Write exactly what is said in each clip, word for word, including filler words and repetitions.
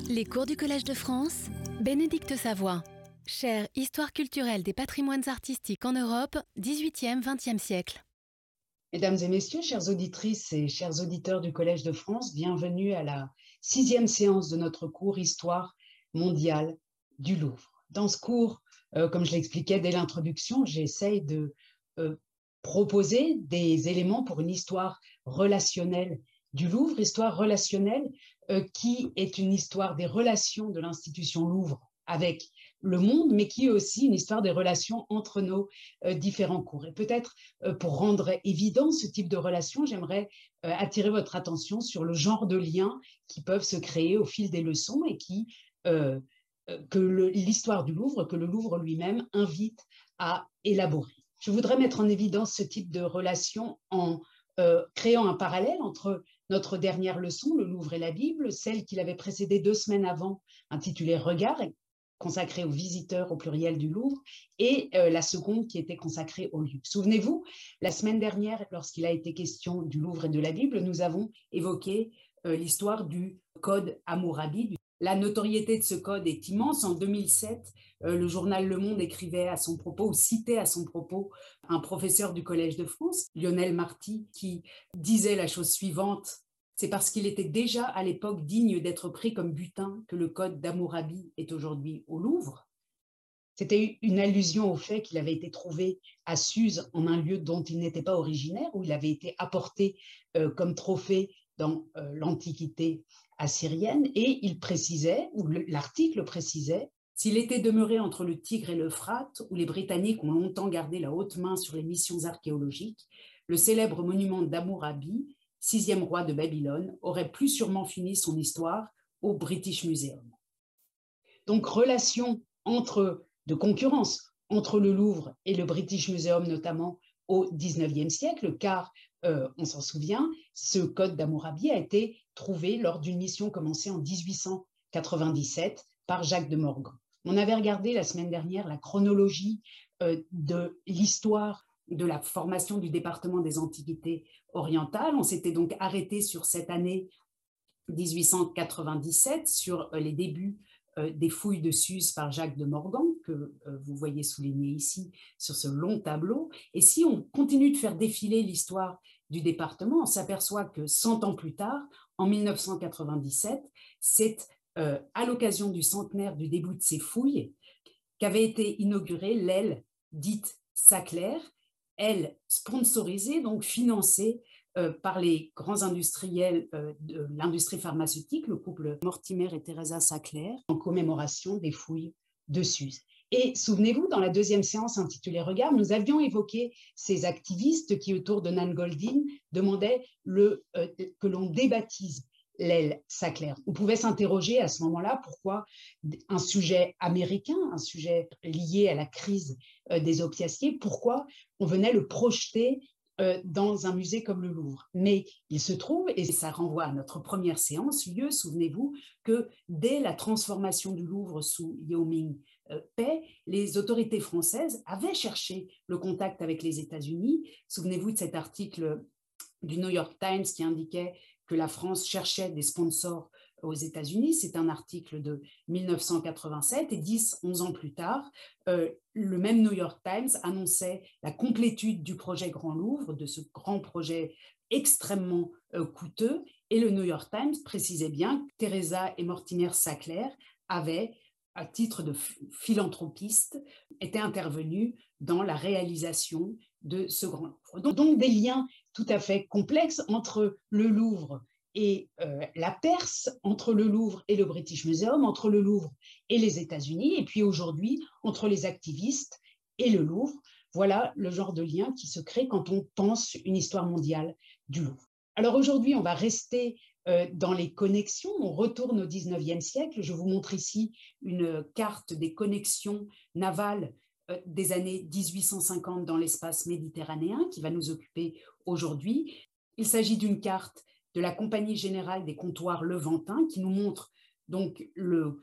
Les cours du Collège de France, Bénédicte Savoie. Chère Histoire culturelle des patrimoines artistiques en Europe, dix-huitième vingtième siècle. Mesdames et messieurs, chères auditrices et chers auditeurs du Collège de France, bienvenue à la sixième séance de notre cours Histoire mondiale du Louvre. Dans ce cours, euh, comme je l'expliquais dès l'introduction, j'essaye de euh, proposer des éléments pour une histoire relationnelle du Louvre, histoire relationnelle euh, qui est une histoire des relations de l'institution Louvre avec le monde, mais qui est aussi une histoire des relations entre nos euh, différents cours. Et peut-être euh, pour rendre évident ce type de relation, j'aimerais euh, attirer votre attention sur le genre de liens qui peuvent se créer au fil des leçons et qui euh, que l'histoire du Louvre, que le Louvre lui-même invite à élaborer. Je voudrais mettre en évidence ce type de relation en euh, créant un parallèle entre notre dernière leçon, le Louvre et la Bible, celle qui l'avait précédée deux semaines avant, intitulée Regard, consacrée aux visiteurs au pluriel du Louvre, et euh, la seconde qui était consacrée au lieu. Souvenez-vous, la semaine dernière, lorsqu'il a été question du Louvre et de la Bible, nous avons évoqué euh, l'histoire du Code Hammurabi. La notoriété de ce code est immense. En deux mille sept, euh, le journal Le Monde écrivait à son propos, ou citait à son propos, un professeur du Collège de France, Lionel Marty, qui disait la chose suivante: c'est parce qu'il était déjà à l'époque digne d'être pris comme butin que le code d'Hammurabi est aujourd'hui au Louvre. C'était une allusion au fait qu'il avait été trouvé à Suse, en un lieu dont il n'était pas originaire, où il avait été apporté euh, comme trophée dans euh, l'Antiquité assyrienne, et il précisait, ou l'article précisait, s'il était demeuré entre le Tigre et l'Euphrate, où les Britanniques ont longtemps gardé la haute main sur les missions archéologiques, le célèbre monument d'Hammurabi, sixième roi de Babylone, aurait plus sûrement fini son histoire au British Museum. Donc, relation entre, de concurrence entre le Louvre et le British Museum, notamment au dix-neuvième siècle, car, euh, on s'en souvient, ce code d'Hammurabi a été trouvé lors d'une mission commencée en dix-huit cent quatre-vingt-dix-sept par Jacques de Morgan. On avait regardé la semaine dernière la chronologie euh, de l'histoire de la formation du département des Antiquités orientales. On s'était donc arrêté sur cette année dix-huit cent quatre-vingt-dix-sept, sur les débuts des fouilles de Suse par Jacques de Morgan, que vous voyez souligné ici sur ce long tableau. Et si on continue de faire défiler l'histoire du département, on s'aperçoit que cent ans plus tard, en mille neuf cent quatre-vingt-dix-sept, c'est euh, à l'occasion du centenaire du début de ces fouilles qu'avait été inaugurée l'aile dite Sackler, aile sponsorisée, donc financée euh, par les grands industriels euh, de l'industrie pharmaceutique, le couple Mortimer et Teresa Sackler, en commémoration des fouilles de Suse. Et souvenez-vous, dans la deuxième séance intitulée Regard, nous avions évoqué ces activistes qui, autour de Nan Goldin, demandaient le, euh, que l'on débaptise l'aile Sackler. On pouvait s'interroger à ce moment-là pourquoi un sujet américain, un sujet lié à la crise euh, des opiacés, pourquoi on venait le projeter euh, dans un musée comme le Louvre. Mais il se trouve, et ça renvoie à notre première séance, lieu, souvenez-vous, que dès la transformation du Louvre sous Yao Ming euh, Paix, les autorités françaises avaient cherché le contact avec les États-Unis. Souvenez-vous de cet article du New York Times qui indiquait que la France cherchait des sponsors aux États-Unis. C'est un article de mille neuf cent quatre-vingt-sept, et dix, onze ans plus tard, euh, le même New York Times annonçait la complétude du projet Grand Louvre, de ce grand projet extrêmement euh, coûteux, et le New York Times précisait bien que Teresa et Mortimer Sackler avaient, à titre de philanthropiste, étaient intervenus dans la réalisation de ce grand Louvre. Donc, donc des liens tout à fait complexes entre le Louvre et euh, la Perse, entre le Louvre et le British Museum, entre le Louvre et les États-Unis, et puis aujourd'hui entre les activistes et le Louvre. Voilà le genre de lien qui se crée quand on pense une histoire mondiale du Louvre. Alors aujourd'hui, on va rester euh, dans les connexions, on retourne au dix-neuvième siècle. Je vous montre ici une carte des connexions navales euh, des années dix-huit cent cinquante dans l'espace méditerranéen qui va nous occuper aujourd'hui. Il s'agit d'une carte de la Compagnie générale des comptoirs levantins qui nous montre donc le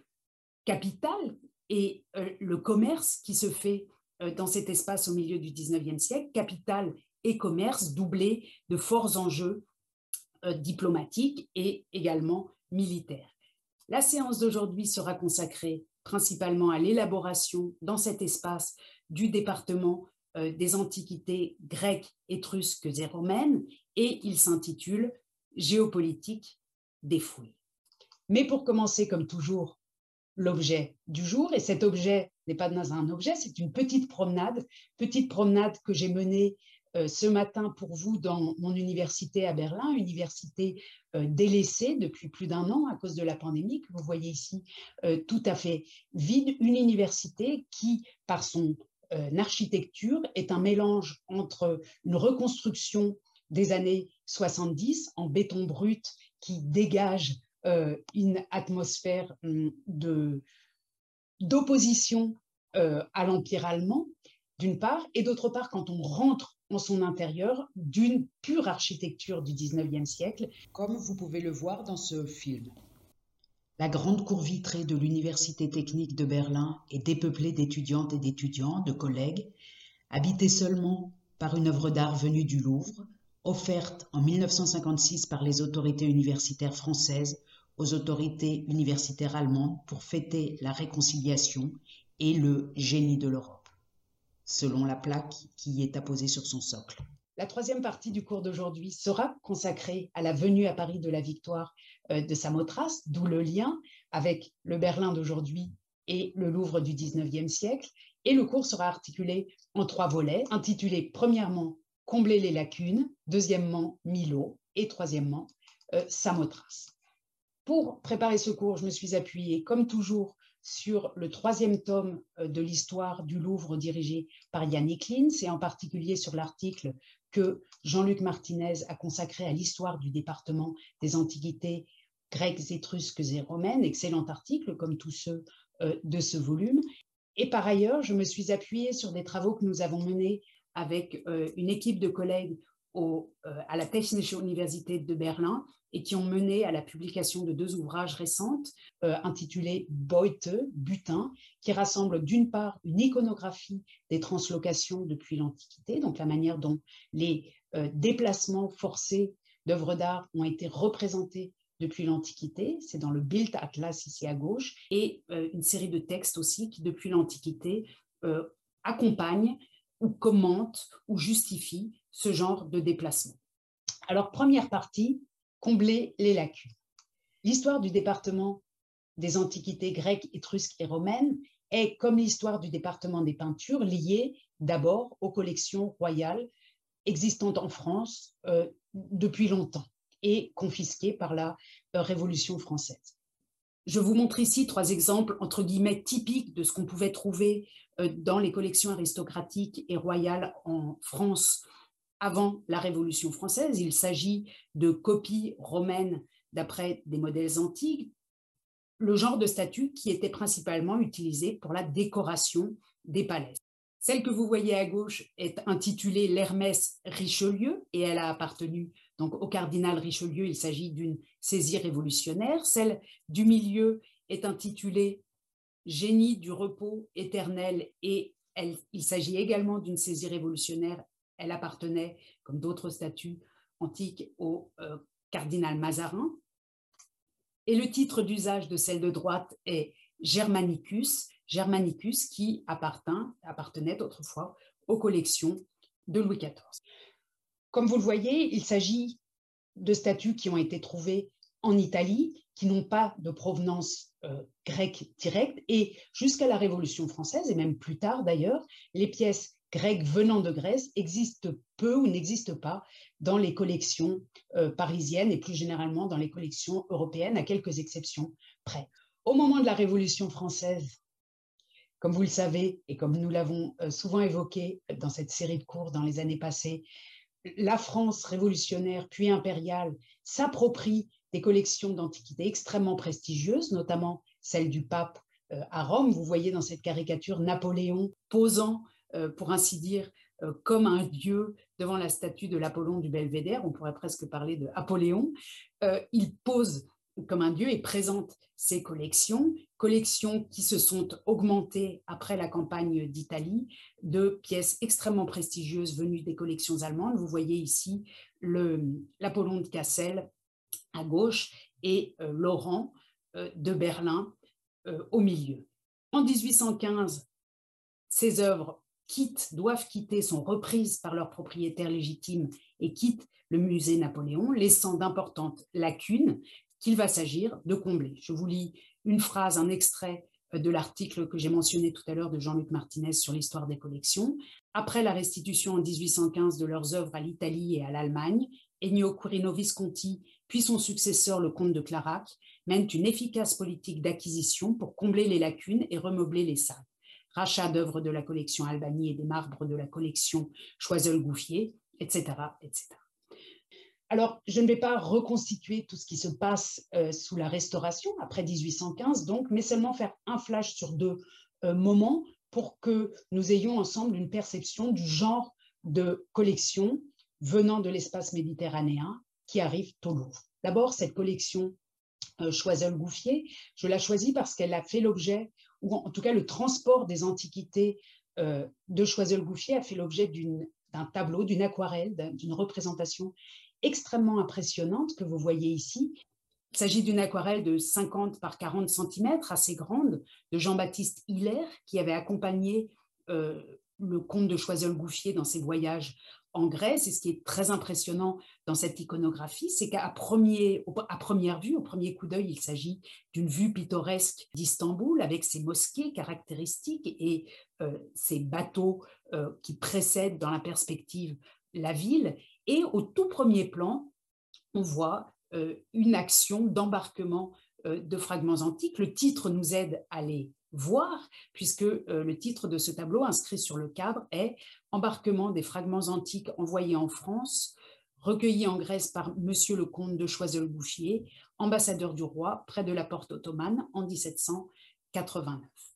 capital et euh, le commerce qui se fait euh, dans cet espace au milieu du dix-neuvième siècle, capital et commerce doublés de forts enjeux euh, diplomatiques et également militaires. La séance d'aujourd'hui sera consacrée principalement à l'élaboration dans cet espace du département euh, des antiquités grecques, étrusques et romaines, et il s'intitule « Géopolitique des fouilles ». Mais pour commencer, comme toujours, l'objet du jour, et cet objet n'est pas dans un objet, c'est une petite promenade, petite promenade que j'ai menée euh, ce matin pour vous dans mon université à Berlin, université euh, délaissée depuis plus d'un an à cause de la pandémie, que vous voyez ici euh, tout à fait vide, une université qui, par son euh, architecture, est un mélange entre une reconstruction des années soixante-dix en béton brut qui dégage Euh, une atmosphère de, d'opposition euh, à l'Empire allemand, d'une part, et d'autre part, quand on rentre en son intérieur, d'une pure architecture du dix-neuvième siècle, comme vous pouvez le voir dans ce film. La grande cour vitrée de l'Université technique de Berlin est dépeuplée d'étudiantes et d'étudiants, de collègues, habitée seulement par une œuvre d'art venue du Louvre, offerte en mille neuf cent cinquante-six par les autorités universitaires françaises aux autorités universitaires allemandes pour fêter la réconciliation et le génie de l'Europe, selon la plaque qui y est apposée sur son socle. La troisième partie du cours d'aujourd'hui sera consacrée à la venue à Paris de la victoire de Samothrace, d'où le lien avec le Berlin d'aujourd'hui et le Louvre du dix-neuvième siècle. Et le cours sera articulé en trois volets, intitulés premièrement « Combler les lacunes », deuxièmement « Milo » et troisièmement euh, « Samothrace ». Pour préparer ce cours, je me suis appuyée, comme toujours, sur le troisième tome de l'histoire du Louvre dirigé par Yannick Lins, et en particulier sur l'article que Jean-Luc Martinez a consacré à l'histoire du département des antiquités grecques, étrusques et romaines. Excellent article, comme tous ceux euh, de ce volume. Et par ailleurs, je me suis appuyée sur des travaux que nous avons menés avec euh, une équipe de collègues au, euh, à la Technische Universität de Berlin, et qui ont mené à la publication de deux ouvrages récents euh, intitulés Beute, butin, qui rassemblent d'une part une iconographie des translocations depuis l'Antiquité, donc la manière dont les euh, déplacements forcés d'œuvres d'art ont été représentés depuis l'Antiquité, c'est dans le Bild Atlas ici à gauche, et euh, une série de textes aussi qui depuis l'Antiquité euh, accompagnent ou commentent ou justifient ce genre de déplacement. Alors, première partie, combler les lacunes. L'histoire du département des antiquités grecques, étrusques et romaines est, comme l'histoire du département des peintures, liée d'abord aux collections royales existantes en France euh, depuis longtemps et confisquées par la euh, Révolution française. Je vous montre ici trois exemples, entre guillemets, typiques de ce qu'on pouvait trouver euh, dans les collections aristocratiques et royales en France avant la Révolution française. Il s'agit de copies romaines d'après des modèles antiques, le genre de statues qui était principalement utilisé pour la décoration des palais. Celle que vous voyez à gauche est intitulée l'Hermès Richelieu et elle a appartenu donc au cardinal Richelieu. Il s'agit d'une saisie révolutionnaire. Celle du milieu est intitulée Génie du repos éternel et elle, il s'agit également d'une saisie révolutionnaire. Elle appartenait, comme d'autres statues antiques, au euh, cardinal Mazarin. Et le titre d'usage de celle de droite est Germanicus, Germanicus qui appartint, appartenait autrefois aux collections de Louis quatorze. Comme vous le voyez, il s'agit de statues qui ont été trouvées en Italie, qui n'ont pas de provenance euh, grecque directe, et jusqu'à la Révolution française, et même plus tard d'ailleurs, les pièces grecques venant de Grèce existent peu ou n'existent pas dans les collections euh, parisiennes et plus généralement dans les collections européennes, à quelques exceptions près. Au moment de la Révolution française, comme vous le savez et comme nous l'avons euh, souvent évoqué dans cette série de cours dans les années passées, la France révolutionnaire puis impériale s'approprie des collections d'antiquités extrêmement prestigieuses, notamment celle du pape euh, à Rome. Vous voyez dans cette caricature Napoléon posant, euh, pour ainsi dire, euh, comme un dieu devant la statue de l'Apollon du Belvédère. On pourrait presque parler de Apolléon. Euh, il pose comme un dieu et présente ses collections, collections qui se sont augmentées après la campagne d'Italie de pièces extrêmement prestigieuses venues des collections allemandes. Vous voyez ici l'Apollon de Cassel à gauche et euh, Laurent euh, de Berlin euh, au milieu. En dix-huit cent quinze, ces œuvres quittent, doivent quitter, sont reprises par leurs propriétaires légitimes et quittent le musée Napoléon, laissant d'importantes lacunes qu'il va s'agir de combler. Je vous lis une phrase, un extrait de l'article que j'ai mentionné tout à l'heure de Jean-Luc Martinez sur l'histoire des collections. Après la restitution en dix-huit cent quinze de leurs œuvres à l'Italie et à l'Allemagne, Ennio Quirino Visconti, puis son successeur, le comte de Clarac, mènent une efficace politique d'acquisition pour combler les lacunes et remeubler les salles. Rachat d'œuvres de la collection Albani et des marbres de la collection Choiseul-Gouffier, et cetera, et cetera. Alors, je ne vais pas reconstituer tout ce qui se passe euh, sous la Restauration, après dix-huit cent quinze, donc, mais seulement faire un flash sur deux euh, moments pour que nous ayons ensemble une perception du genre de collection venant de l'espace méditerranéen qui arrive au Louvre. D'abord, cette collection euh, Choiseul-Gouffier, je l'ai choisie parce qu'elle a fait l'objet, ou en tout cas le transport des antiquités euh, de Choiseul-Gouffier a fait l'objet d'un tableau, d'une aquarelle, d'une représentation extrêmement impressionnante que vous voyez ici. Il s'agit d'une aquarelle de cinquante par quarante centimètres, assez grande, de Jean-Baptiste Hilaire, qui avait accompagné euh, le comte de Choiseul-Gouffier dans ses voyages en Grèce. Et ce qui est très impressionnant dans cette iconographie, c'est qu'à premier, à première vue, au premier coup d'œil, il s'agit d'une vue pittoresque d'Istanbul, avec ses mosquées caractéristiques et euh, ses bateaux euh, qui précèdent dans la perspective la ville. Et au tout premier plan, on voit euh, une action d'embarquement euh, de fragments antiques. Le titre nous aide à les voir, puisque euh, le titre de ce tableau inscrit sur le cadre est « Embarquement des fragments antiques envoyés en France, recueillis en Grèce par Monsieur le comte de Choiseul-Gouffier, ambassadeur du roi près de la porte ottomane en dix-sept cent quatre-vingt-neuf ».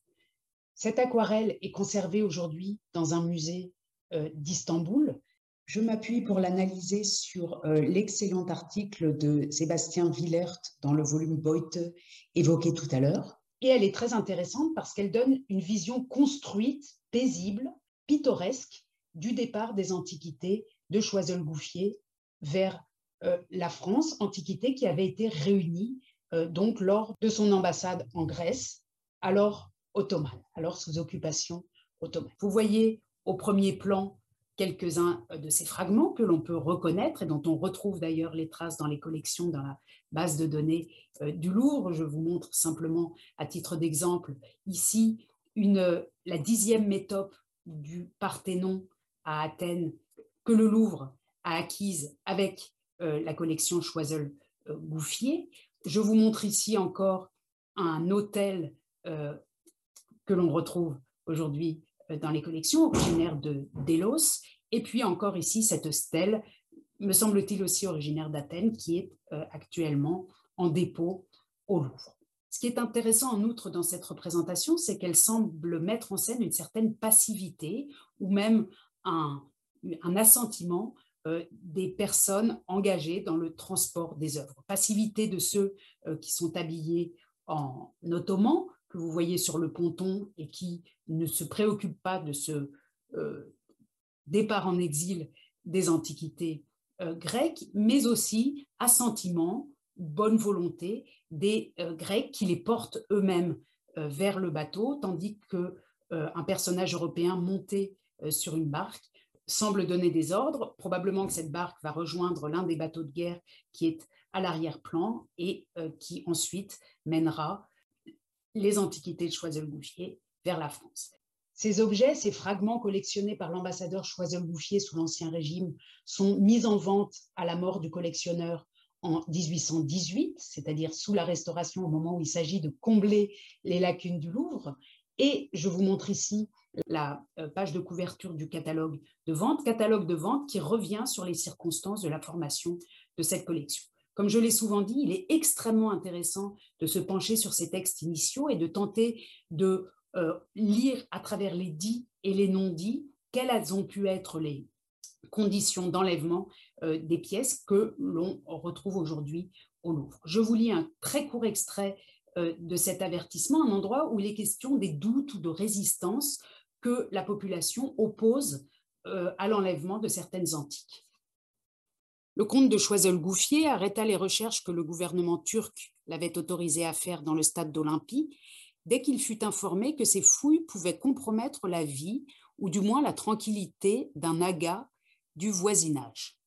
Cette aquarelle est conservée aujourd'hui dans un musée euh, d'Istanbul. Je m'appuie pour l'analyser sur euh, l'excellent article de Sébastien Villert dans le volume Beute évoqué tout à l'heure. Et elle est très intéressante parce qu'elle donne une vision construite, paisible, pittoresque du départ des antiquités de Choiseul-Gouffier vers euh, la France, antiquité qui avait été réunie euh, donc lors de son ambassade en Grèce, alors ottomane, alors sous occupation ottomane. Vous voyez au premier plan quelques-uns de ces fragments que l'on peut reconnaître et dont on retrouve d'ailleurs les traces dans les collections, dans la base de données euh, du Louvre. Je vous montre simplement, à titre d'exemple, ici une, la dixième métope du Parthénon à Athènes que le Louvre a acquise avec euh, la collection Choiseul-Gouffier. Je vous montre ici encore un autel euh, que l'on retrouve aujourd'hui dans les collections, originaire de Délos, et puis encore ici cette stèle, me semble-t-il aussi originaire d'Athènes, qui est euh, actuellement en dépôt au Louvre. Ce qui est intéressant en outre dans cette représentation, c'est qu'elle semble mettre en scène une certaine passivité ou même un, un assentiment euh, des personnes engagées dans le transport des œuvres. Passivité de ceux euh, qui sont habillés en ottoman, que vous voyez sur le ponton et qui ne se préoccupent pas de ce euh, départ en exil des antiquités euh, grecques, mais aussi assentiment, bonne volonté des euh, Grecs qui les portent eux-mêmes euh, vers le bateau, tandis qu'un euh, personnage européen monté euh, sur une barque semble donner des ordres. Probablement que cette barque va rejoindre l'un des bateaux de guerre qui est à l'arrière-plan et euh, qui ensuite mènera les antiquités de Choiseul-Gouffier vers la France. Ces objets, ces fragments collectionnés par l'ambassadeur Choiseul-Gouffier sous l'Ancien Régime sont mis en vente à la mort du collectionneur en dix-huit cent dix-huit, c'est-à-dire sous la Restauration, au moment où il s'agit de combler les lacunes du Louvre. Et je vous montre ici la page de couverture du catalogue de vente, catalogue de vente qui revient sur les circonstances de la formation de cette collection. Comme je l'ai souvent dit, il est extrêmement intéressant de se pencher sur ces textes initiaux et de tenter de euh, lire à travers les dits et les non-dits quelles ont pu être les conditions d'enlèvement euh, des pièces que l'on retrouve aujourd'hui au Louvre. Je vous lis un très court extrait euh, de cet avertissement, un endroit où il est question des doutes ou de résistance que la population oppose euh, à l'enlèvement de certaines antiques. Le comte de Choiseul-Gouffier arrêta les recherches que le gouvernement turc l'avait autorisé à faire dans le stade d'Olympie dès qu'il fut informé que ces fouilles pouvaient compromettre la vie ou du moins la tranquillité d'un aga du voisinage.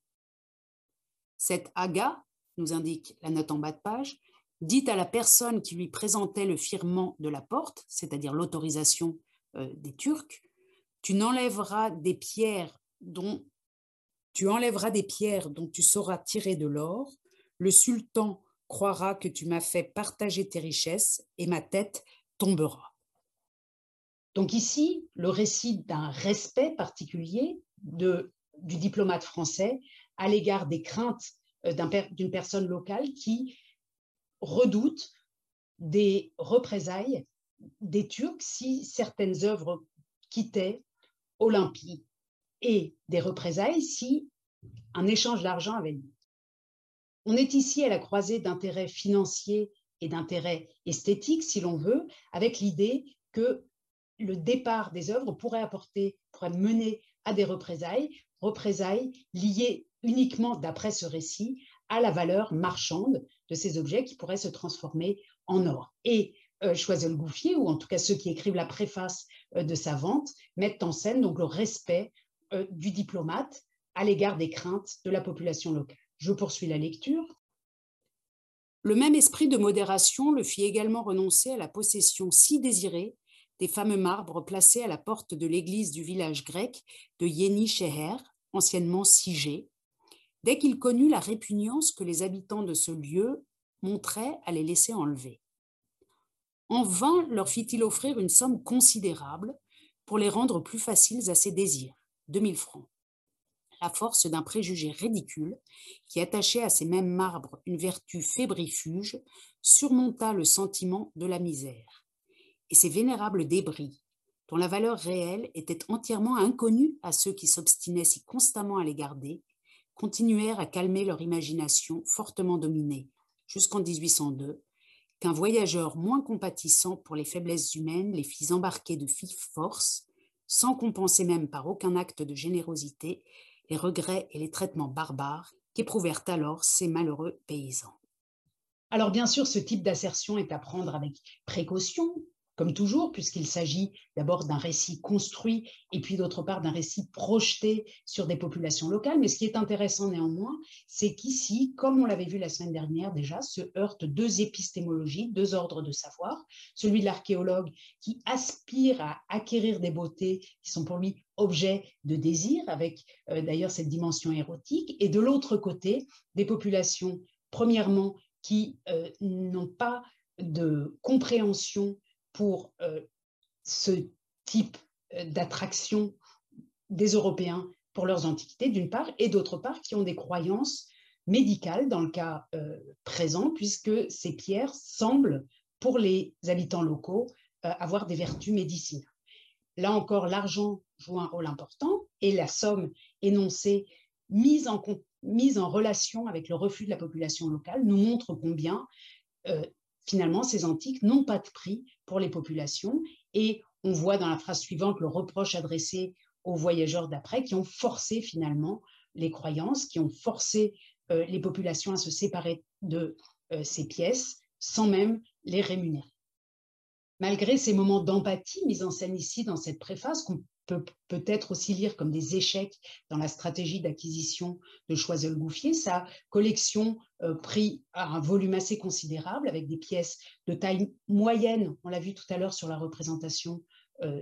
Cet aga, nous indique la note en bas de page, dit à la personne qui lui présentait le firman de la porte, c'est-à-dire l'autorisation euh, des Turcs, tu n'enlèveras des pierres dont tu enlèveras des pierres dont tu sauras tirer de l'or, le sultan croira que tu m'as fait partager tes richesses et ma tête tombera. Donc ici, le récit d'un respect particulier de, du diplomate français à l'égard des craintes d'un, d'une personne locale qui redoute des représailles des Turcs si certaines œuvres quittaient Olympie et des représailles si un échange d'argent avait lieu. On est ici à la croisée d'intérêts financiers et d'intérêts esthétiques, si l'on veut, avec l'idée que le départ des œuvres pourrait apporter, pourrait mener à des représailles, représailles liées uniquement, d'après ce récit, à la valeur marchande de ces objets qui pourraient se transformer en or. Et euh, Choiseul-Gouffier, ou en tout cas ceux qui écrivent la préface euh, de sa vente, mettent en scène donc le respect euh, du diplomate à l'égard des craintes de la population locale. Je poursuis la lecture. Le même esprit de modération le fit également renoncer à la possession si désirée des fameux marbres placés à la porte de l'église du village grec de Yeni-Sheher, anciennement Sigé, dès qu'il connut la répugnance que les habitants de ce lieu montraient à les laisser enlever. En vain leur fit-il offrir une somme considérable pour les rendre plus faciles à ses désirs, deux mille francs. La force d'un préjugé ridicule, qui attachait à ces mêmes marbres une vertu fébrifuge, surmonta le sentiment de la misère. Et ces vénérables débris, dont la valeur réelle était entièrement inconnue à ceux qui s'obstinaient si constamment à les garder, continuèrent à calmer leur imagination fortement dominée, jusqu'en dix-huit cent deux, qu'un voyageur moins compatissant pour les faiblesses humaines les fit embarquer de vive force, sans compenser même par aucun acte de générosité, les regrets et les traitements barbares qu'éprouvèrent alors ces malheureux paysans. Alors bien sûr, ce type d'assertion est à prendre avec précaution, comme toujours, puisqu'il s'agit d'abord d'un récit construit et puis d'autre part d'un récit projeté sur des populations locales. Mais ce qui est intéressant néanmoins, c'est qu'ici, comme on l'avait vu la semaine dernière déjà, se heurtent deux épistémologies, deux ordres de savoir, celui de l'archéologue qui aspire à acquérir des beautés qui sont pour lui objets de désir, avec euh, d'ailleurs cette dimension érotique, et de l'autre côté, des populations, premièrement, qui euh, n'ont pas de compréhension pour euh, ce type d'attraction des Européens pour leurs antiquités, d'une part, et d'autre part, qui ont des croyances médicales dans le cas euh, présent, puisque ces pierres semblent, pour les habitants locaux, euh, avoir des vertus médicinales. Là encore, l'argent joue un rôle important et la somme énoncée, mise en, mise en relation avec le refus de la population locale, nous montre combien euh, finalement, ces antiques n'ont pas de prix pour les populations et on voit dans la phrase suivante le reproche adressé aux voyageurs d'après qui ont forcé finalement les croyances, qui ont forcé euh, les populations à se séparer de euh, ces pièces sans même les rémunérer. Malgré ces moments d'empathie mis en scène ici dans cette préface, qu'on peut peut-être aussi lire comme des échecs dans la stratégie d'acquisition de Choiseul-Gouffier, sa collection euh, prit un volume assez considérable avec des pièces de taille moyenne, on l'a vu tout à l'heure sur la représentation euh,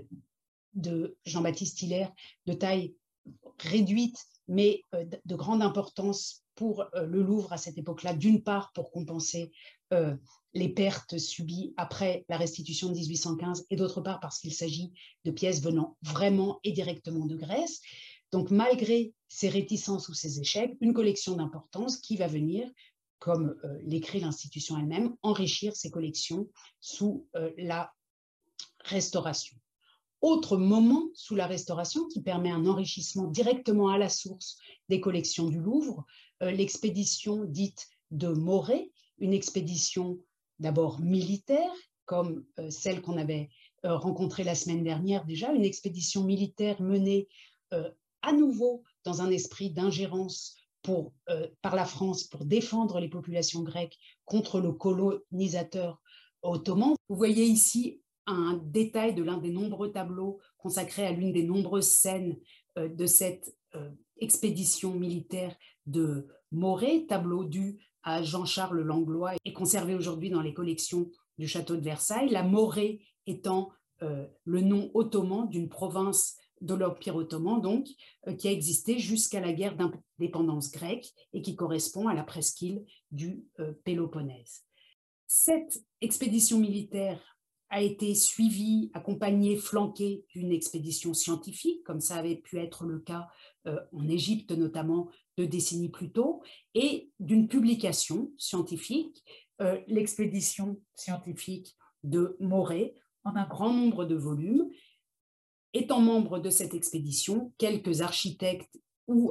de Jean-Baptiste Hilaire, de taille réduite mais euh, de grande importance pour euh, le Louvre à cette époque-là, d'une part pour compenser euh, les pertes subies après la restitution de dix-huit cent quinze et d'autre part parce qu'il s'agit de pièces venant vraiment et directement de Grèce. Donc malgré ces réticences ou ces échecs, une collection d'importance qui va venir, comme euh, l'écrit l'institution elle-même, enrichir ces collections sous euh, la Restauration. Autre moment sous la Restauration qui permet un enrichissement directement à la source des collections du Louvre, euh, l'expédition dite de Morée, une expédition d'abord militaire, comme euh, celle qu'on avait euh, rencontrée la semaine dernière déjà, une expédition militaire menée euh, à nouveau dans un esprit d'ingérence pour, euh, par la France pour défendre les populations grecques contre le colonisateur ottoman. Vous voyez ici un détail de l'un des nombreux tableaux consacrés à l'une des nombreuses scènes euh, de cette euh, expédition militaire de Morée, tableau dû à Jean-Charles Langlois et conservé aujourd'hui dans les collections du château de Versailles, la Morée étant euh, le nom ottoman d'une province de l'Empire ottoman, donc, euh, qui a existé jusqu'à la guerre d'indépendance grecque et qui correspond à la presqu'île du euh, Péloponnèse. Cette expédition militaire a été suivie, accompagnée, flanquée d'une expédition scientifique, comme ça avait pu être le cas euh, en Égypte notamment deux décennies plus tôt, et d'une publication scientifique, euh, l'expédition scientifique de Morée, en un grand nombre de volumes. Étant membre de cette expédition, quelques architectes ou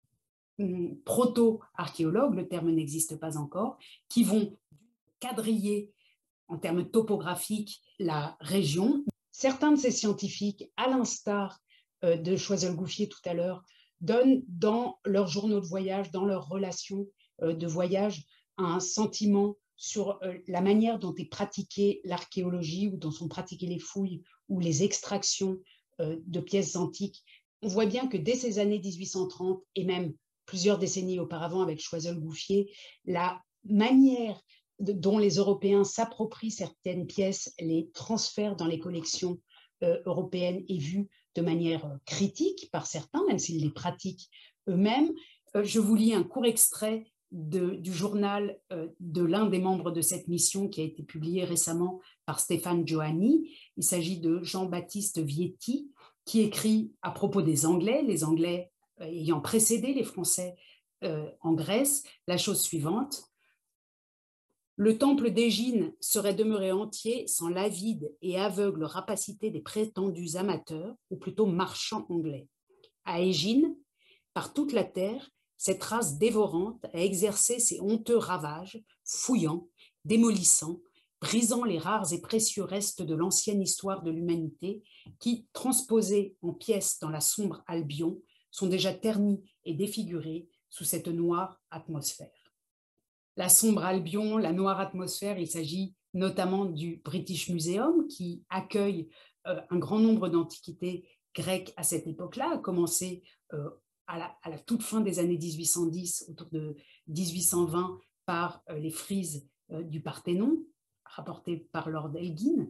hum, proto-archéologues, le terme n'existe pas encore, qui vont quadriller en termes topographiques la région. Certains de ces scientifiques, à l'instar euh, de Choiseul-Gouffier tout à l'heure, donnent dans leurs journaux de voyage, dans leurs relations euh, de voyage, un sentiment sur euh, la manière dont est pratiquée l'archéologie ou dont sont pratiquées les fouilles ou les extractions euh, de pièces antiques. On voit bien que dès ces années mille huit cent trente et même plusieurs décennies auparavant avec Choiseul-Gouffier, la manière dont les Européens s'approprient certaines pièces, les transfèrent dans les collections euh, européennes est vue de manière critique par certains, même s'ils les pratiquent eux-mêmes. Euh, je vous lis un court extrait de, du journal euh, de l'un des membres de cette mission qui a été publié récemment par Stéphane Johanni. Il s'agit de Jean-Baptiste Vietti, qui écrit à propos des Anglais, les Anglais euh, ayant précédé les Français euh, en Grèce, la chose suivante. Le temple d'Égine serait demeuré entier sans l'avide et aveugle rapacité des prétendus amateurs, ou plutôt marchands anglais. À Égine, par toute la terre, cette race dévorante a exercé ses honteux ravages, fouillant, démolissant, brisant les rares et précieux restes de l'ancienne histoire de l'humanité qui, transposés en pièces dans la sombre Albion, sont déjà ternis et défigurés sous cette noire atmosphère. La sombre Albion, la noire atmosphère, il s'agit notamment du British Museum qui accueille euh, un grand nombre d'antiquités grecques à cette époque-là, à commencer euh, à, la, à la toute fin des années mille huit cent dix, autour de mille huit cent vingt, par euh, les frises euh, du Parthénon, rapportées par Lord Elgin.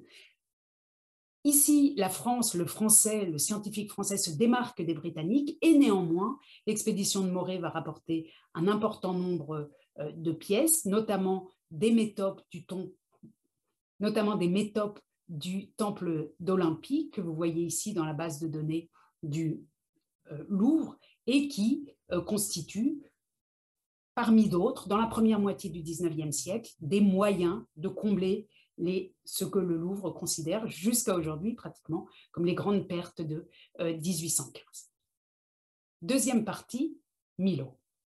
Ici, la France, le français, le scientifique français se démarque des Britanniques et néanmoins, l'expédition de Morée va rapporter un important nombre de pièces, notamment des métopes du, ton, notamment des métopes du temple d'Olympie que vous voyez ici dans la base de données du euh, Louvre et qui euh, constituent, parmi d'autres, dans la première moitié du dix-neuvième siècle, des moyens de combler les, ce que le Louvre considère jusqu'à aujourd'hui pratiquement comme les grandes pertes de euh, mille huit cent quinze. Deuxième partie, Milo.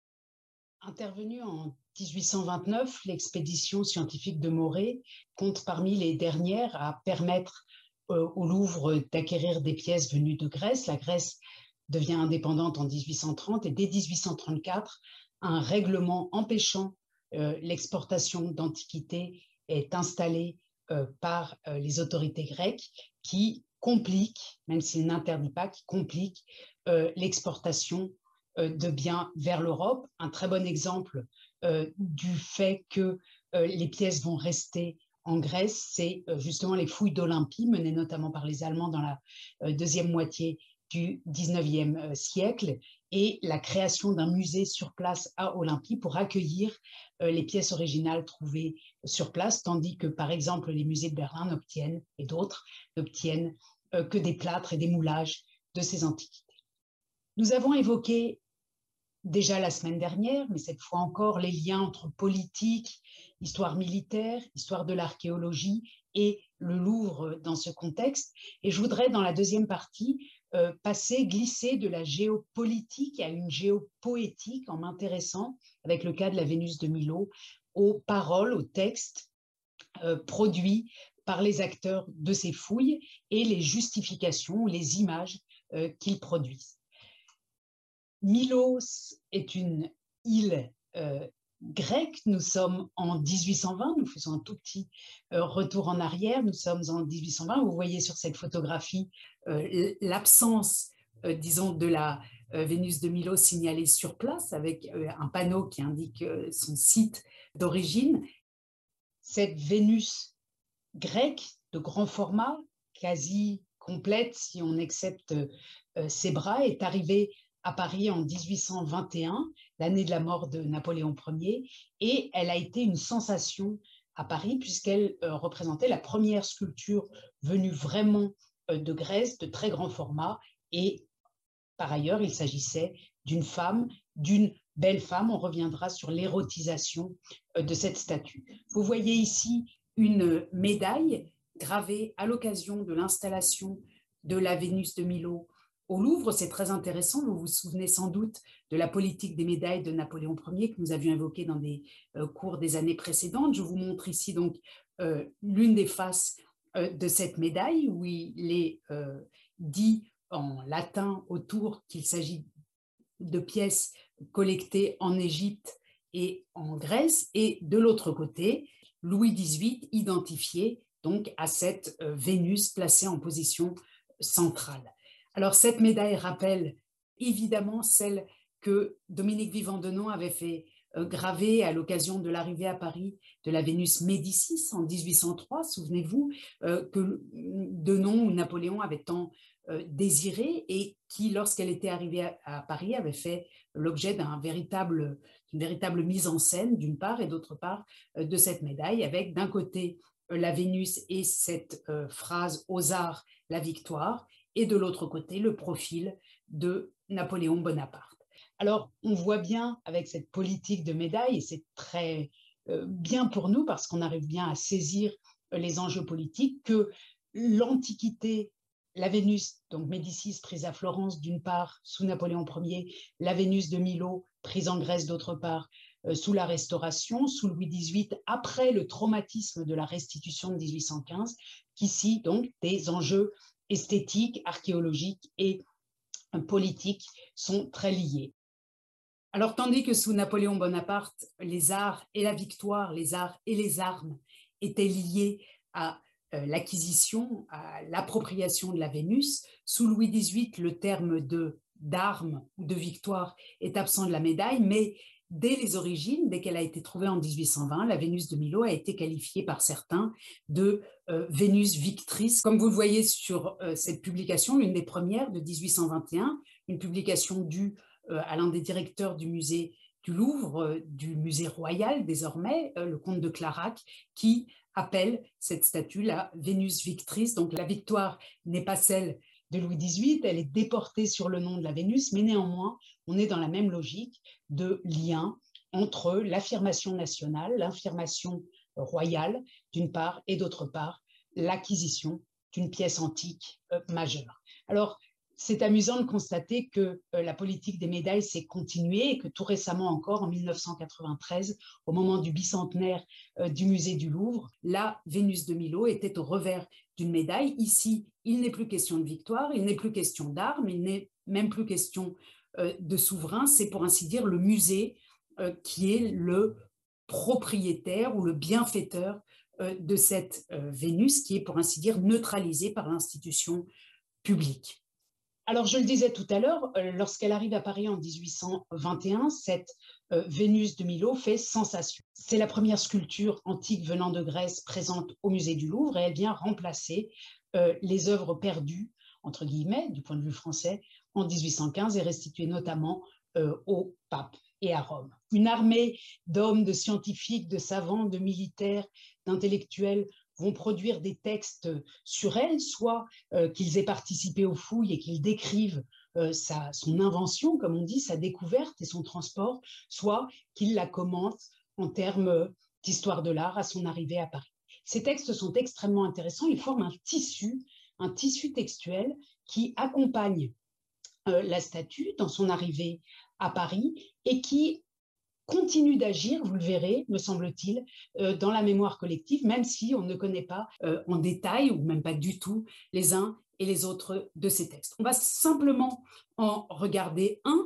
Intervenue en mille huit cent vingt-neuf, l'expédition scientifique de Morée compte parmi les dernières à permettre euh, au Louvre d'acquérir des pièces venues de Grèce. La Grèce devient indépendante en mille huit cent trente et dès mille huit cent trente-quatre, un règlement empêchant euh, l'exportation d'antiquités est installé euh, par euh, les autorités grecques qui complique, même s'il n'interdit pas, qui complique euh, l'exportation euh, de biens vers l'Europe. Un très bon exemple euh, du fait que euh, les pièces vont rester en Grèce, c'est euh, justement les fouilles d'Olympie, menées notamment par les Allemands dans la euh, deuxième moitié du dix-neuvième siècle, et la création d'un musée sur place à Olympie pour accueillir euh, les pièces originales trouvées sur place, tandis que, par exemple, les musées de Berlin n'obtiennent, et d'autres, n'obtiennent euh, que des plâtres et des moulages de ces antiquités. Nous avons évoqué déjà la semaine dernière, mais cette fois encore, les liens entre politique, histoire militaire, histoire de l'archéologie et le Louvre dans ce contexte. Et je voudrais, dans la deuxième partie, euh, passer, glisser de la géopolitique à une géopoétique en m'intéressant, avec le cas de la Vénus de Milo, aux paroles, aux textes euh, produits par les acteurs de ces fouilles et les justifications, les images euh, qu'ils produisent. Milos est une île euh, grecque. Nous sommes en dix-huit cent vingt, nous faisons un tout petit euh, retour en arrière, nous sommes en dix-huit cent vingt. Vous voyez sur cette photographie euh, l'absence, euh, disons, de la euh, Vénus de Milo signalée sur place avec euh, un panneau qui indique euh, son site d'origine. Cette Vénus grecque de grand format, quasi complète si on accepte euh, ses bras, est arrivée à Paris en dix-huit cent vingt et un, l'année de la mort de Napoléon Ier, et elle a été une sensation à Paris puisqu'elle euh, représentait la première sculpture venue vraiment euh, de Grèce, de très grand format, et par ailleurs, il s'agissait d'une femme, d'une belle femme. On reviendra sur l'érotisation euh, de cette statue. Vous voyez ici une médaille gravée à l'occasion de l'installation de la Vénus de Milo au Louvre. C'est très intéressant. Vous vous souvenez sans doute de la politique des médailles de Napoléon Ier que nous avions évoquée dans des euh, cours des années précédentes. Je vous montre ici donc euh, l'une des faces euh, de cette médaille où il est euh, dit en latin autour qu'il s'agit de pièces collectées en Égypte et en Grèce, et de l'autre côté, Louis dix-huit identifié donc à cette euh, Vénus placée en position centrale. Alors cette médaille rappelle évidemment celle que Dominique Vivant-Denon avait fait euh, graver à l'occasion de l'arrivée à Paris de la Vénus Médicis en dix-huit cent trois. Souvenez-vous euh, que Denon ou Napoléon avait tant euh, désiré et qui, lorsqu'elle était arrivée à, à Paris, avait fait l'objet d'un véritable, d'une véritable mise en scène, d'une part, et d'autre part, euh, de cette médaille, avec d'un côté euh, la Vénus et cette euh, phrase « aux arts, la victoire », et de l'autre côté, le profil de Napoléon Bonaparte. Alors, on voit bien avec cette politique de médaille, et c'est très euh, bien pour nous parce qu'on arrive bien à saisir euh, les enjeux politiques, que l'Antiquité, la Vénus, donc Médicis, prise à Florence d'une part sous Napoléon Ier, la Vénus de Milo, prise en Grèce d'autre part, euh, sous la Restauration, sous Louis dix-huit, après le traumatisme de la restitution de dix-huit cent quinze, qu'ici, donc, des enjeux esthétiques, archéologiques et politiques sont très liés. Alors, tandis que sous Napoléon Bonaparte, les arts et la victoire, les arts et les armes étaient liés à euh, l'acquisition, à l'appropriation de la Vénus, sous Louis dix-huit, le terme de d'armes ou de victoire est absent de la médaille, mais dès les origines, dès qu'elle a été trouvée en dix-huit cent vingt, la Vénus de Milo a été qualifiée par certains de euh, Vénus victrice. Comme vous le voyez sur euh, cette publication, l'une des premières de dix-huit cent vingt et un, une publication due euh, à l'un des directeurs du musée du Louvre, euh, du musée royal désormais, euh, le comte de Clarac, qui appelle cette statue la Vénus victrice. Donc la victoire n'est pas celle de Louis dix-huit, elle est déportée sur le nom de la Vénus, mais néanmoins, on est dans la même logique de lien entre l'affirmation nationale, l'affirmation royale, d'une part, et d'autre part, l'acquisition d'une pièce antique euh, majeure. Alors, c'est amusant de constater que euh, la politique des médailles s'est continuée et que tout récemment encore, en mille neuf cent quatre-vingt-treize, au moment du bicentenaire euh, du musée du Louvre, la Vénus de Milo était au revers d'une médaille. Ici, il n'est plus question de victoire, il n'est plus question d'armes, il n'est même plus question euh, de souverain. C'est pour ainsi dire le musée euh, qui est le propriétaire ou le bienfaiteur euh, de cette euh, Vénus qui est pour ainsi dire neutralisée par l'institution publique. Alors, je le disais tout à l'heure, euh, lorsqu'elle arrive à Paris en dix-huit cent vingt et un, cette euh, Vénus de Milo fait sensation. C'est la première sculpture antique venant de Grèce présente au musée du Louvre et elle vient remplacer euh, les œuvres perdues, entre guillemets, du point de vue français, en dix-huit cent quinze et restituées notamment euh, au pape et à Rome. Une armée d'hommes, de scientifiques, de savants, de militaires, d'intellectuels vont produire des textes sur elle, soit euh, qu'ils aient participé aux fouilles et qu'ils décrivent euh, sa, son invention, comme on dit, sa découverte et son transport, soit qu'ils la commentent en termes d'histoire de l'art à son arrivée à Paris. Ces textes sont extrêmement intéressants, ils forment un tissu, un tissu textuel qui accompagne euh, la statue dans son arrivée à Paris et qui continue d'agir, vous le verrez, me semble-t-il, euh, dans la mémoire collective, même si on ne connaît pas euh, en détail, ou même pas du tout, les uns et les autres de ces textes. On va simplement en regarder un.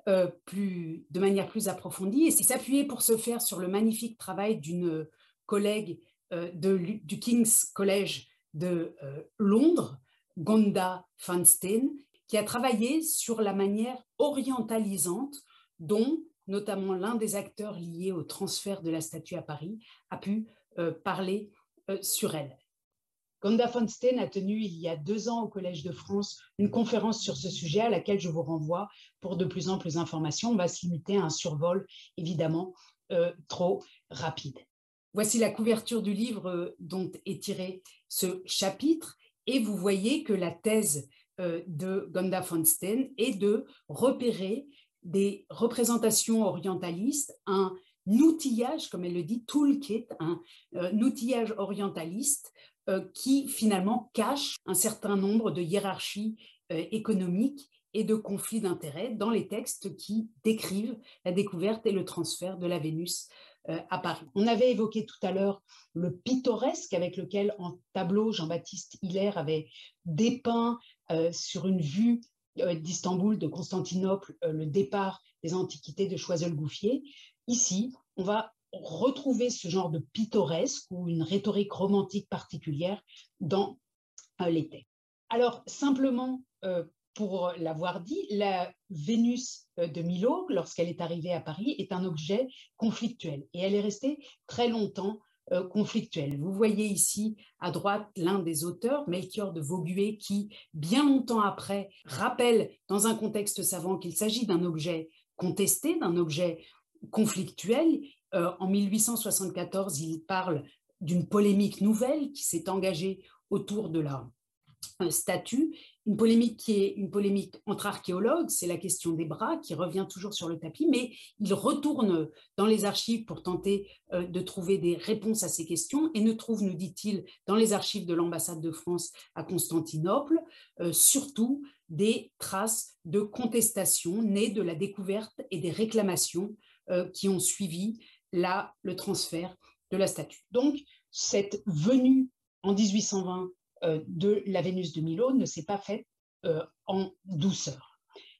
euh, plus, de manière plus approfondie. Et il s'appuyait pour ce faire sur le magnifique travail d'une collègue euh, de, du King's College de euh, Londres, Gonda van Steen, qui a travaillé sur la manière orientalisante dont notamment l'un des acteurs liés au transfert de la statue à Paris a pu euh, parler euh, sur elle. Gonda van Steen a tenu il y a deux ans au Collège de France une conférence sur ce sujet à laquelle je vous renvoie pour de plus amples informations. On va se limiter à un survol, évidemment, euh, trop rapide. Voici la couverture du livre euh, dont est tiré ce chapitre et vous voyez que la thèse euh, de Gonda van Steen est de repérer des représentations orientalistes, un outillage, comme elle le dit, toolkit, un, euh, un outillage orientaliste Euh, qui finalement cache un certain nombre de hiérarchies euh, économiques et de conflits d'intérêts dans les textes qui décrivent la découverte et le transfert de la Vénus euh, à Paris. On avait évoqué tout à l'heure le pittoresque avec lequel en tableau Jean-Baptiste Hilaire avait dépeint euh, sur une vue euh, d'Istanbul, de Constantinople, euh, le départ des antiquités de Choiseul-Gouffier. Ici, on va retrouver ce genre de pittoresque ou une rhétorique romantique particulière dans euh, les textes. Alors, simplement, euh, pour l'avoir dit, la Vénus de Milo, lorsqu'elle est arrivée à Paris, est un objet conflictuel et elle est restée très longtemps euh, conflictuelle. Vous voyez ici à droite l'un des auteurs, Melchior de Vaugué, qui, bien longtemps après, rappelle dans un contexte savant qu'il s'agit d'un objet contesté, d'un objet conflictuel. Euh, en mille huit cent soixante-quatorze, il parle d'une polémique nouvelle qui s'est engagée autour de la euh, statue, une polémique qui est une polémique entre archéologues, c'est la question des bras qui revient toujours sur le tapis, mais il retourne dans les archives pour tenter euh, de trouver des réponses à ces questions et ne trouve, nous dit-il, dans les archives de l'ambassade de France à Constantinople, euh, surtout des traces de contestation nées de la découverte et des réclamations euh, qui ont suivi là le transfert de la statue. Donc, cette venue en dix-huit cent vingt euh, de la Vénus de Milo ne s'est pas faite euh, en douceur.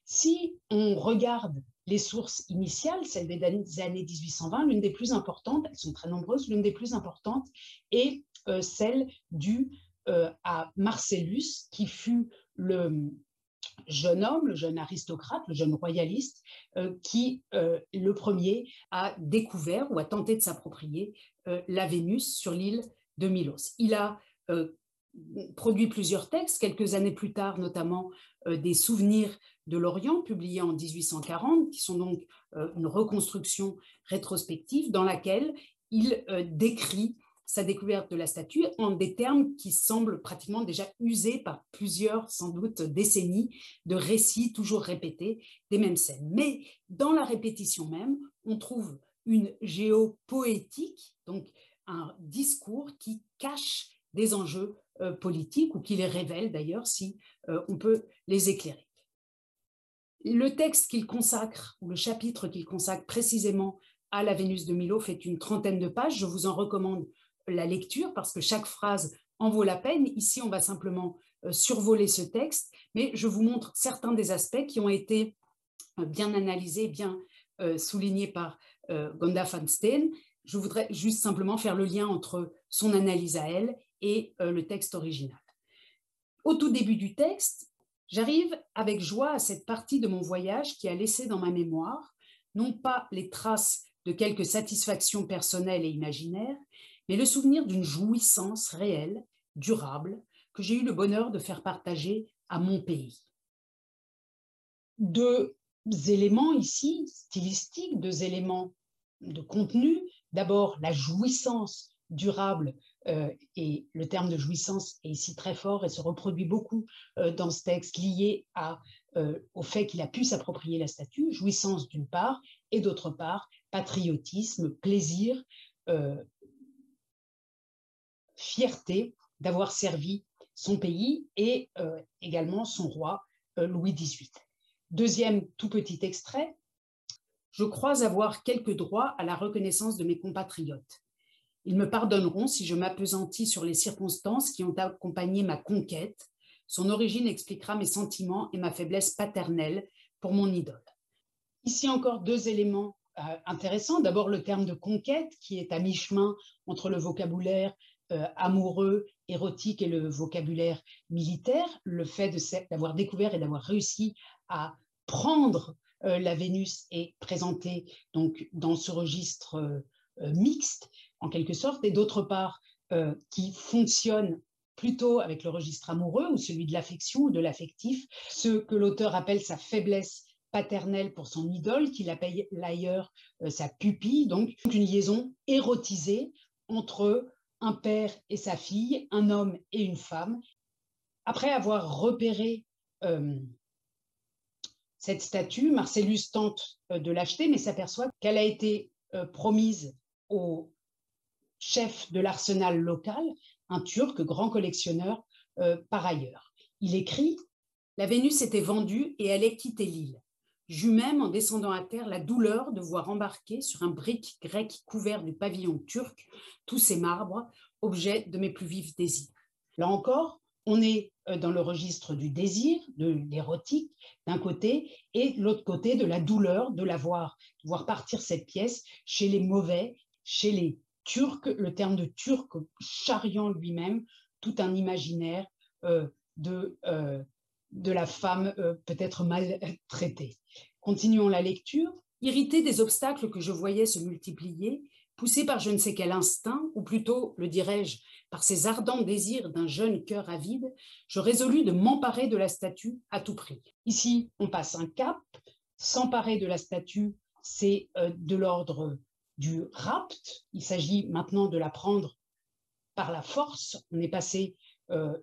Si on regarde les sources initiales, celles des années dix-huit cent vingt, l'une des plus importantes, elles sont très nombreuses, l'une des plus importantes est euh, celle due euh, à Marcellus, qui fut le jeune homme, le jeune aristocrate, le jeune royaliste, euh, qui, euh, le premier, a découvert ou a tenté de s'approprier euh, la Vénus sur l'île de Milos. Il a euh, produit plusieurs textes, quelques années plus tard, notamment euh, des souvenirs de l'Orient, publiés en dix-huit cent quarante, qui sont donc euh, une reconstruction rétrospective dans laquelle il euh, décrit sa découverte de la statue en des termes qui semblent pratiquement déjà usés par plusieurs, sans doute, décennies de récits toujours répétés des mêmes scènes. Mais dans la répétition même, on trouve une géopoétique, donc un discours qui cache des enjeux euh, politiques ou qui les révèle d'ailleurs si euh, on peut les éclairer. Le texte qu'il consacre, ou le chapitre qu'il consacre précisément à la Vénus de Milo fait une trentaine de pages. Je vous en recommande la lecture parce que chaque phrase en vaut la peine. Ici, on va simplement euh, survoler ce texte, mais je vous montre certains des aspects qui ont été euh, bien analysés, bien euh, soulignés par euh, Gonda van Steen. Je voudrais juste simplement faire le lien entre son analyse à elle et euh, le texte original. Au tout début du texte, j'arrive avec joie à cette partie de mon voyage qui a laissé dans ma mémoire non pas les traces de quelques satisfactions personnelles et imaginaires, mais le souvenir d'une jouissance réelle, durable, que j'ai eu le bonheur de faire partager à mon pays. Deux éléments ici, stylistiques, deux éléments de contenu. D'abord, la jouissance durable, euh, et le terme de jouissance est ici très fort et se reproduit beaucoup euh, dans ce texte lié à, euh, au fait qu'il a pu s'approprier la statue, jouissance d'une part, et d'autre part, patriotisme, plaisir, euh, fierté d'avoir servi son pays et euh, également son roi euh, Louis dix-huit. Deuxième tout petit extrait, je crois avoir quelques droits à la reconnaissance de mes compatriotes. Ils me pardonneront si je m'appesantis sur les circonstances qui ont accompagné ma conquête. Son origine expliquera mes sentiments et ma faiblesse paternelle pour mon idole. Ici encore deux éléments euh, intéressants. D'abord le terme de conquête qui est à mi-chemin entre le vocabulaire euh, amoureux, érotique et le vocabulaire militaire. Le fait d'avoir découvert et d'avoir réussi à prendre euh, la Vénus et présenter donc dans ce registre euh, mixte en quelque sorte, et d'autre part euh, qui fonctionne plutôt avec le registre amoureux ou celui de l'affection ou de l'affectif, ce que l'auteur appelle sa faiblesse paternelle pour son idole, qu'il appelle ailleurs euh, sa pupille, donc une liaison érotisée entre un père et sa fille, un homme et une femme. Après avoir repéré euh, cette statue, Marcellus tente euh, de l'acheter, mais s'aperçoit qu'elle a été euh, promise au chef de l'arsenal local, un Turc, grand collectionneur euh, par ailleurs. Il écrit « La Vénus était vendue et allait quitter l'île. J'eus même, en descendant à terre, la douleur de voir embarquer sur un brick grec couvert du pavillon turc tous ces marbres, objets de mes plus vifs désirs. » Là encore, on est dans le registre du désir, de l'érotique d'un côté, et de l'autre côté de la douleur de la voir, de voir partir cette pièce chez les mauvais, chez les Turcs, le terme de turc charriant lui-même tout un imaginaire euh, de, euh, de la femme euh, peut-être maltraitée. Continuons la lecture. Irrité des obstacles que je voyais se multiplier, poussé par je ne sais quel instinct, ou plutôt, le dirais-je, par ces ardents désirs d'un jeune cœur avide, je résolus de m'emparer de la statue à tout prix. Ici, on passe un cap. S'emparer de la statue, c'est euh, de l'ordre du rapt. Il s'agit maintenant de la prendre par la force. On est passé, euh,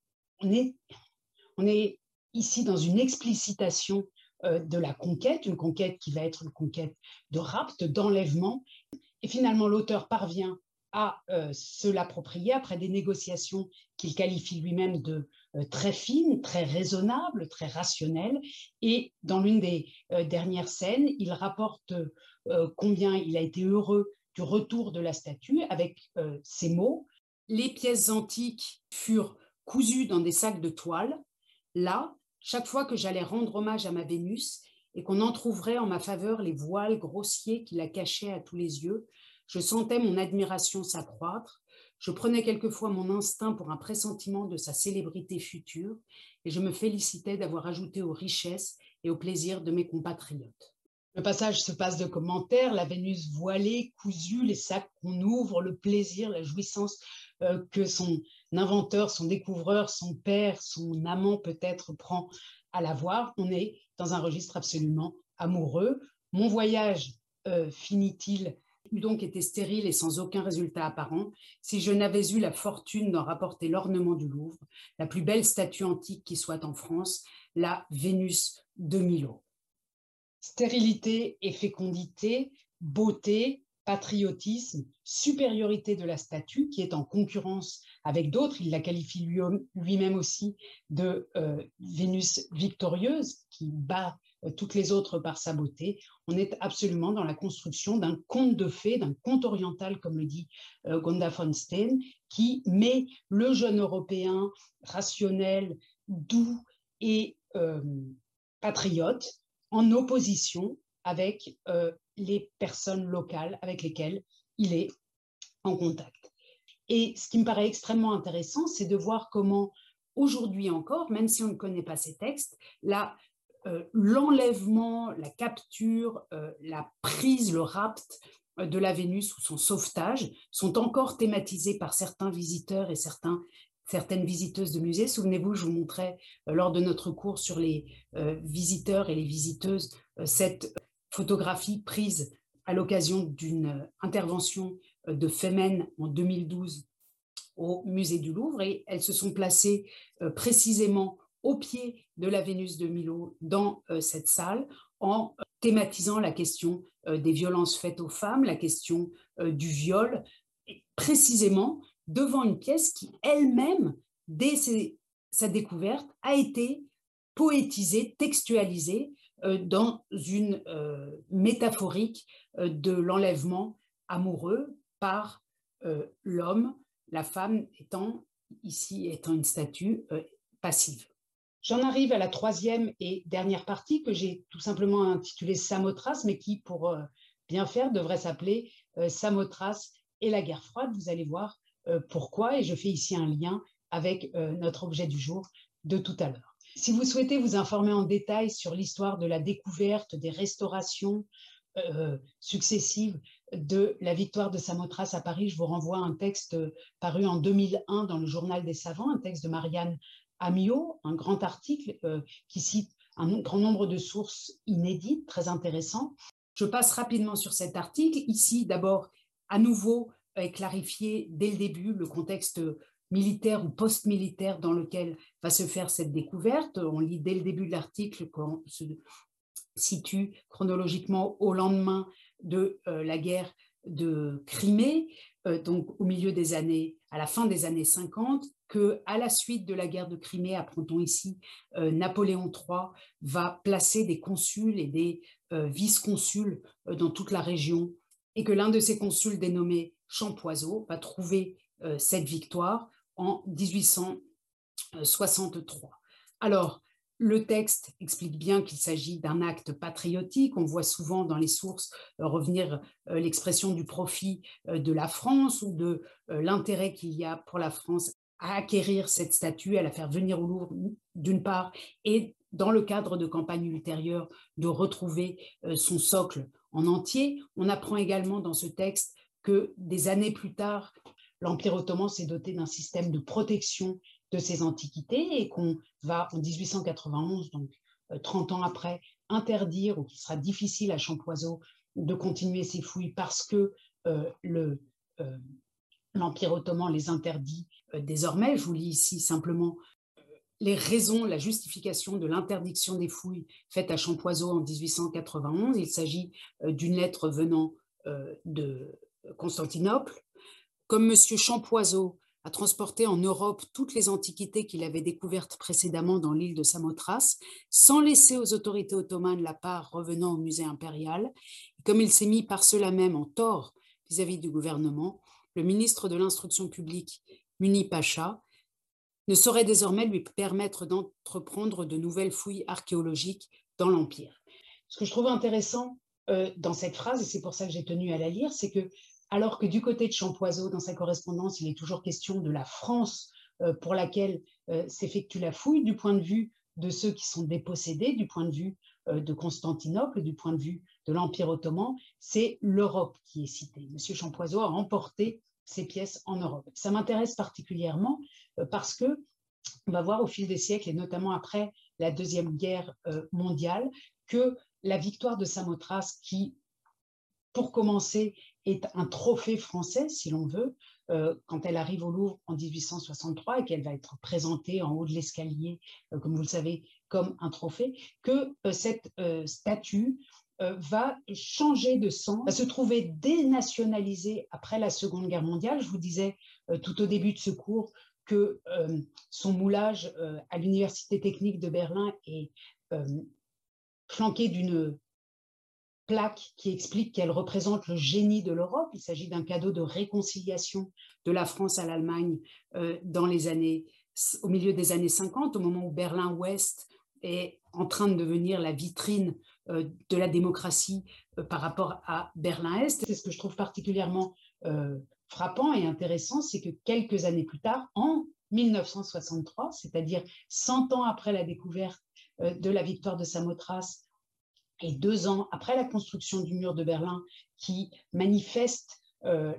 on est, on est ici dans une explicitation euh, de la conquête, une conquête qui va être une conquête de rapt, d'enlèvement. Et finalement, l'auteur parvient à euh, se l'approprier après des négociations qu'il qualifie lui-même de euh, très fines, très raisonnables, très rationnelles. Et dans l'une des euh, dernières scènes, il rapporte euh, combien il a été heureux du retour de la statue avec euh, ces mots. Les pièces antiques furent cousues dans des sacs de toile. Là, chaque fois que j'allais rendre hommage à ma Vénus et qu'on entr'ouvrait en ma faveur les voiles grossiers qui la cachaient à tous les yeux, je sentais mon admiration s'accroître, je prenais quelquefois mon instinct pour un pressentiment de sa célébrité future et je me félicitais d'avoir ajouté aux richesses et aux plaisirs de mes compatriotes. Le passage se passe de commentaires, la Vénus voilée, cousue, les sacs qu'on ouvre, le plaisir, la jouissance euh, que son inventeur, son découvreur, son père, son amant peut-être prend à la voir. On est dans un registre absolument amoureux. Mon voyage euh, finit-il eût donc été stérile et sans aucun résultat apparent si je n'avais eu la fortune d'en rapporter l'ornement du Louvre, la plus belle statue antique qui soit en France, la Vénus de Milo. Stérilité et fécondité, beauté, patriotisme, supériorité de la statue qui est en concurrence avec d'autres. Il la qualifie lui-même aussi de euh, Vénus victorieuse qui bat euh, toutes les autres par sa beauté. On est absolument dans la construction d'un conte de fées, d'un conte oriental, comme le dit euh, Gonda von Steen, qui met le jeune Européen rationnel, doux et euh, patriote en opposition avec euh, les personnes locales avec lesquelles il est en contact. Et ce qui me paraît extrêmement intéressant, c'est de voir comment, aujourd'hui encore, même si on ne connaît pas ces textes, la, euh, l'enlèvement, la capture, euh, la prise, le rapt de la Vénus ou son sauvetage sont encore thématisés par certains visiteurs et certains certaines visiteuses de musées. Souvenez-vous, je vous montrais euh, lors de notre cours sur les euh, visiteurs et les visiteuses euh, cette photographie prise à l'occasion d'une euh, intervention euh, de Femen en deux mille douze au musée du Louvre, et elles se sont placées euh, précisément au pied de la Vénus de Milo dans euh, cette salle en euh, thématisant la question euh, des violences faites aux femmes, la question euh, du viol, et précisément devant une pièce qui elle-même, dès ses, sa découverte, a été poétisée, textualisée euh, dans une euh, métaphorique euh, de l'enlèvement amoureux par euh, l'homme, la femme étant ici étant une statue euh, passive. J'en arrive à la troisième et dernière partie que j'ai tout simplement intitulée Samothrace, mais qui, pour euh, bien faire, devrait s'appeler euh, Samothrace et la guerre froide. Vous allez voir euh, pourquoi, et je fais ici un lien avec euh, notre objet du jour de tout à l'heure. Si vous souhaitez vous informer en détail sur l'histoire de la découverte, des restaurations euh, successives de la victoire de Samothrace à Paris, je vous renvoie à un texte paru en deux mille un dans le Journal des Savants, un texte de Marianne Amiot, un grand article euh, qui cite un grand nombre de sources inédites, très intéressant. Je passe rapidement sur cet article. Ici, d'abord, à nouveau, est clarifié dès le début le contexte militaire ou post-militaire dans lequel va se faire cette découverte. On lit dès le début de l'article qu'on se situe chronologiquement au lendemain de euh, la guerre de Crimée, euh, donc au milieu des années, à la fin des années cinquante, que à la suite de la guerre de Crimée, apprend-on ici, euh, Napoléon trois va placer des consuls et des euh, vice-consuls euh, dans toute la région, et que l'un de ces consuls dénommé Champoiseau va trouver euh, cette victoire en dix-huit cent soixante-trois. Alors, le texte explique bien qu'il s'agit d'un acte patriotique. On voit souvent dans les sources euh, revenir euh, l'expression du profit euh, de la France ou de euh, l'intérêt qu'il y a pour la France à acquérir cette statue, à la faire venir au Louvre d'une part, et dans le cadre de campagnes ultérieures, de retrouver euh, son socle en entier. On apprend également dans ce texte que des années plus tard, l'Empire ottoman s'est doté d'un système de protection de ces antiquités et qu'on va en dix-huit cent quatre-vingt-onze, donc euh, trente ans après, interdire ou qu'il sera difficile à Champoiseau de continuer ses fouilles parce que euh, le, euh, l'Empire ottoman les interdit euh, désormais. Je vous lis ici simplement euh, les raisons, la justification de l'interdiction des fouilles faites à Champoiseau en dix-huit cent quatre-vingt-onze. Il s'agit euh, d'une lettre venant euh, de Constantinople. Comme M. Champoiseau a transporté en Europe toutes les antiquités qu'il avait découvertes précédemment dans l'île de Samothrace, sans laisser aux autorités ottomanes la part revenant au musée impérial. Et comme il s'est mis par cela même en tort vis-à-vis du gouvernement, le ministre de l'Instruction publique, Muni Pacha, ne saurait désormais lui permettre d'entreprendre de nouvelles fouilles archéologiques dans l'Empire. Ce que je trouve intéressant euh, dans cette phrase, et c'est pour ça que j'ai tenu à la lire, c'est que alors que du côté de Champoiseau, dans sa correspondance, il est toujours question de la France euh, pour laquelle euh, s'effectue la fouille, du point de vue de ceux qui sont dépossédés, du point de vue euh, de Constantinople, du point de vue de l'Empire ottoman, c'est l'Europe qui est citée. Monsieur Champoiseau a emporté ces pièces en Europe. Ça m'intéresse particulièrement euh, parce que on va voir au fil des siècles, et notamment après la Deuxième Guerre euh, mondiale, que la victoire de Samothrace, qui, pour commencer, est un trophée français, si l'on veut, euh, quand elle arrive au Louvre en dix-huit cent soixante-trois et qu'elle va être présentée en haut de l'escalier, euh, comme vous le savez, comme un trophée, que euh, cette euh, statue euh, va changer de sens, va se trouver dénationalisée après la Seconde Guerre mondiale. Je vous disais euh, tout au début de ce cours que euh, son moulage euh, à l'Université technique de Berlin est euh, flanqué d'une plaque qui explique qu'elle représente le génie de l'Europe. Il s'agit d'un cadeau de réconciliation de la France à l'Allemagne euh, dans les années, au milieu des années cinquante, au moment où Berlin-Ouest est en train de devenir la vitrine euh, de la démocratie euh, par rapport à Berlin-Est. C'est ce que je trouve particulièrement euh, frappant et intéressant, c'est que quelques années plus tard, en mille neuf cent soixante-trois, c'est-à-dire cent ans après la découverte euh, de la victoire de Samothrace, et deux ans après la construction du mur de Berlin, qui manifeste euh,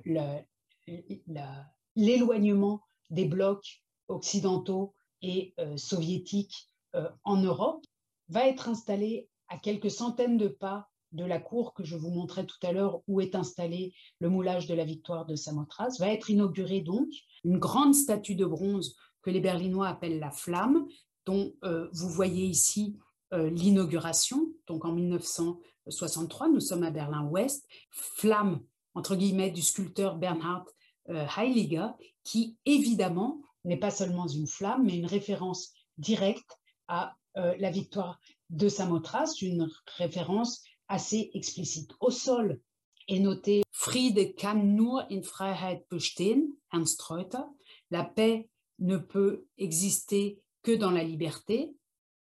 l'éloignement des blocs occidentaux et euh, soviétiques euh, en Europe, va être installée à quelques centaines de pas de la cour que je vous montrais tout à l'heure, où est installé le moulage de la victoire de Samothrace. Va être inaugurée donc une grande statue de bronze que les Berlinois appellent la Flamme, dont euh, vous voyez ici Euh, l'inauguration, donc en mille neuf cent soixante-trois, nous sommes à Berlin-Ouest, flamme, entre guillemets, du sculpteur Bernhard euh, Heiliger, qui évidemment n'est pas seulement une flamme, mais une référence directe à euh, la victoire de Samothrace, une référence assez explicite. Au sol est noté « Friede kann nur in Freiheit bestehen », Ernst Reuter, « La paix ne peut exister que dans la liberté »,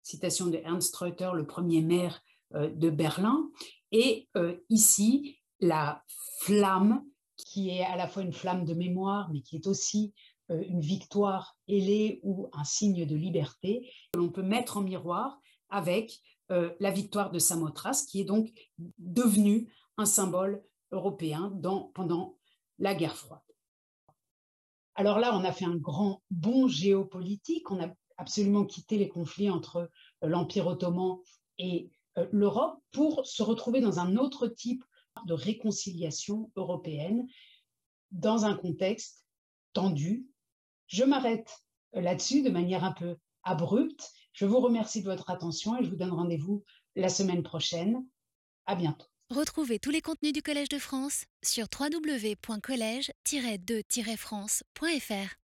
citation de Ernst Reuter, le premier maire euh, de Berlin. Et euh, ici, la flamme, qui est à la fois une flamme de mémoire, mais qui est aussi euh, une victoire ailée ou un signe de liberté, que l'on peut mettre en miroir avec euh, la victoire de Samothrace, qui est donc devenue un symbole européen dans, pendant la guerre froide. Alors là, on a fait un grand bond géopolitique, on a absolument quitté les conflits entre euh, l'Empire ottoman et euh, l'Europe pour se retrouver dans un autre type de réconciliation européenne dans un contexte tendu. Je m'arrête là-dessus de manière un peu abrupte. Je vous remercie de votre attention et je vous donne rendez-vous la semaine prochaine. À bientôt. Retrouvez tous les contenus du Collège de France sur w w w point collège tiret de tiret france point f r.